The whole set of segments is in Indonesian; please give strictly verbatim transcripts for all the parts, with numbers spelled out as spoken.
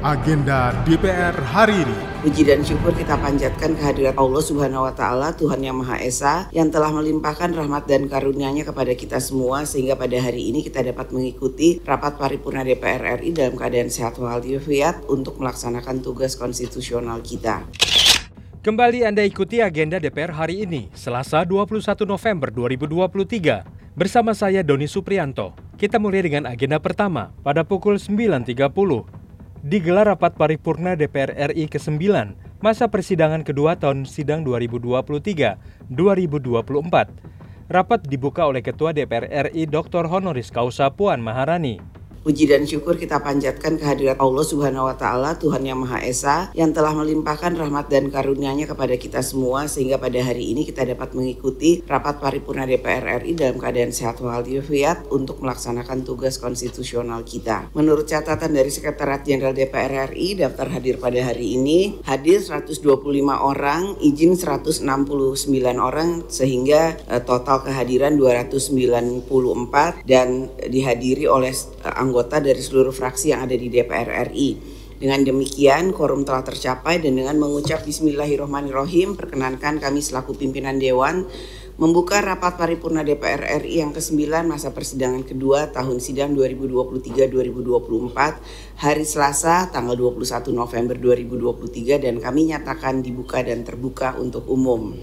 Agenda D P R hari ini. Puji dan syukur kita panjatkan kehadirat Allah Subhanahu wa Ta'ala, Tuhan Yang Maha Esa, yang telah melimpahkan rahmat dan karunia-Nya kepada kita semua, sehingga pada hari ini kita dapat mengikuti rapat paripurna D P R R I dalam keadaan sehat walafiat untuk melaksanakan tugas konstitusional kita. Kembali Anda ikuti agenda D P R hari ini, Selasa dua puluh satu November dua ribu dua puluh tiga. Bersama saya Doni Suprianto. Kita mulai dengan agenda pertama pada pukul sembilan tiga puluh. Digelar rapat paripurna D P R R I kesembilan, masa persidangan kedua tahun sidang dua ribu dua puluh tiga dua ribu dua puluh empat. Rapat dibuka oleh Ketua D P R R I Doktor Honoris Causa Puan Maharani. Puji dan syukur kita panjatkan kehadirat Allah Subhanahu wa Ta'ala, Tuhan Yang Maha Esa, yang telah melimpahkan rahmat dan karunia-Nya kepada kita semua, sehingga pada hari ini kita dapat mengikuti rapat paripurna D P R R I dalam keadaan sehat walafiat untuk melaksanakan tugas konstitusional kita. Menurut catatan dari Sekretariat Jenderal D P R R I, daftar hadir pada hari ini hadir seratus dua puluh lima orang, izin seratus enam puluh sembilan orang, sehingga eh, total kehadiran dua ratus sembilan puluh empat dan dihadiri oleh eh, anggota dari seluruh fraksi yang ada di D P R R I. Dengan demikian, quorum telah tercapai, dan dengan mengucap Bismillahirrahmanirrahim, perkenankan kami selaku pimpinan Dewan membuka rapat paripurna D P R R I yang kesembilan masa persidangan kedua tahun sidang dua ribu dua puluh tiga dua ribu dua puluh empat hari Selasa tanggal dua puluh satu November dua ribu dua puluh tiga, dan kami nyatakan dibuka dan terbuka untuk umum.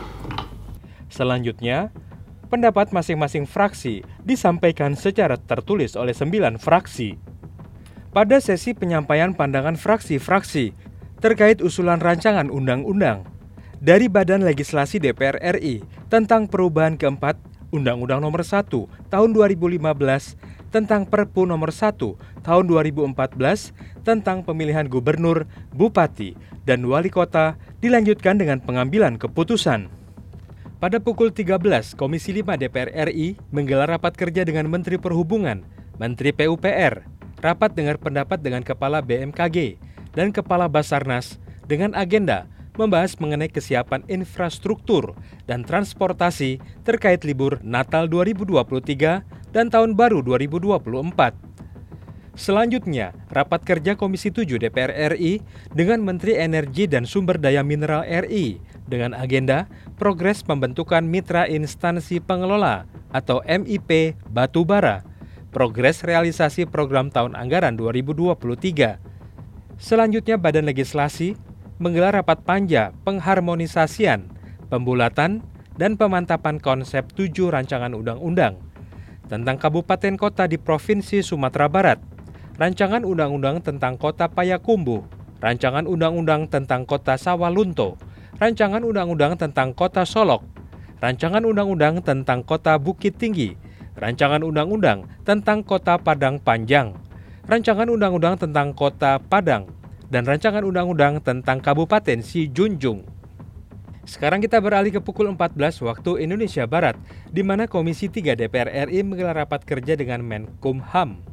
Selanjutnya, pendapat masing-masing fraksi disampaikan secara tertulis oleh sembilan fraksi. Pada sesi penyampaian pandangan fraksi-fraksi terkait usulan rancangan undang-undang dari Badan Legislasi D P R R I tentang perubahan keempat Undang-Undang Nomor satu Tahun dua ribu lima belas tentang Perpu Nomor satu Tahun dua ribu empat belas tentang pemilihan gubernur, bupati, dan wali kota dilanjutkan dengan pengambilan keputusan. Pada pukul tiga belas, Komisi lima D P R R I menggelar rapat kerja dengan Menteri Perhubungan, Menteri P U P R, rapat dengar pendapat dengan Kepala B M K G dan Kepala Basarnas dengan agenda membahas mengenai kesiapan infrastruktur dan transportasi terkait libur Natal dua ribu dua puluh tiga dan Tahun Baru dua ribu dua puluh empat. Selanjutnya, rapat kerja Komisi tujuh D P R R I dengan Menteri Energi dan Sumber Daya Mineral R I dengan agenda progres pembentukan Mitra Instansi Pengelola atau M I P Batubara, progres realisasi program tahun anggaran dua ribu dua puluh tiga. Selanjutnya, Badan Legislasi menggelar rapat panja pengharmonisasian, pembulatan, dan pemantapan konsep tujuh rancangan undang-undang tentang kabupaten kota di Provinsi Sumatera Barat, rancangan undang-undang tentang kota Payakumbuh, rancangan undang-undang tentang kota Sawalunto, rancangan undang-undang tentang kota Solok, rancangan undang-undang tentang kota Bukit Tinggi, rancangan undang-undang tentang kota Padang Panjang, rancangan undang-undang tentang kota Padang, dan rancangan undang-undang tentang Kabupaten Sijunjung. Sekarang kita beralih ke pukul empat belas waktu Indonesia Barat, di mana Komisi tiga D P R R I menggelar rapat kerja dengan Menkumham.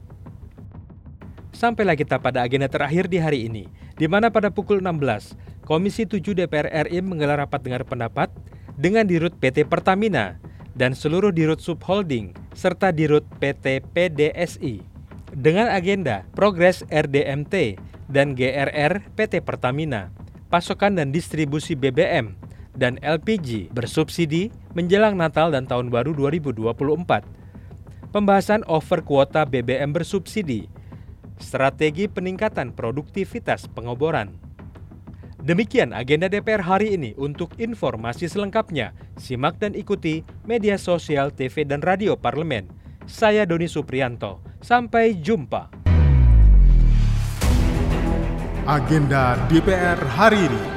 Sampailah kita pada agenda terakhir di hari ini, di mana pada pukul enam belas, Komisi tujuh D P R R I menggelar rapat dengar pendapat dengan Dirut P T Pertamina dan seluruh Dirut Subholding serta Dirut P T P D S I dengan agenda progres R D M T dan G R R P T Pertamina, pasokan dan distribusi B B M dan L P G bersubsidi menjelang Natal dan Tahun Baru dua ribu dua puluh empat, pembahasan over kuota B B M bersubsidi, strategi peningkatan produktivitas pengoboran. Demikian agenda D P R hari ini. Untuk informasi selengkapnya, simak dan ikuti media sosial, T V, dan radio parlemen. Saya Doni Suprianto. Sampai jumpa. Agenda D P R hari ini.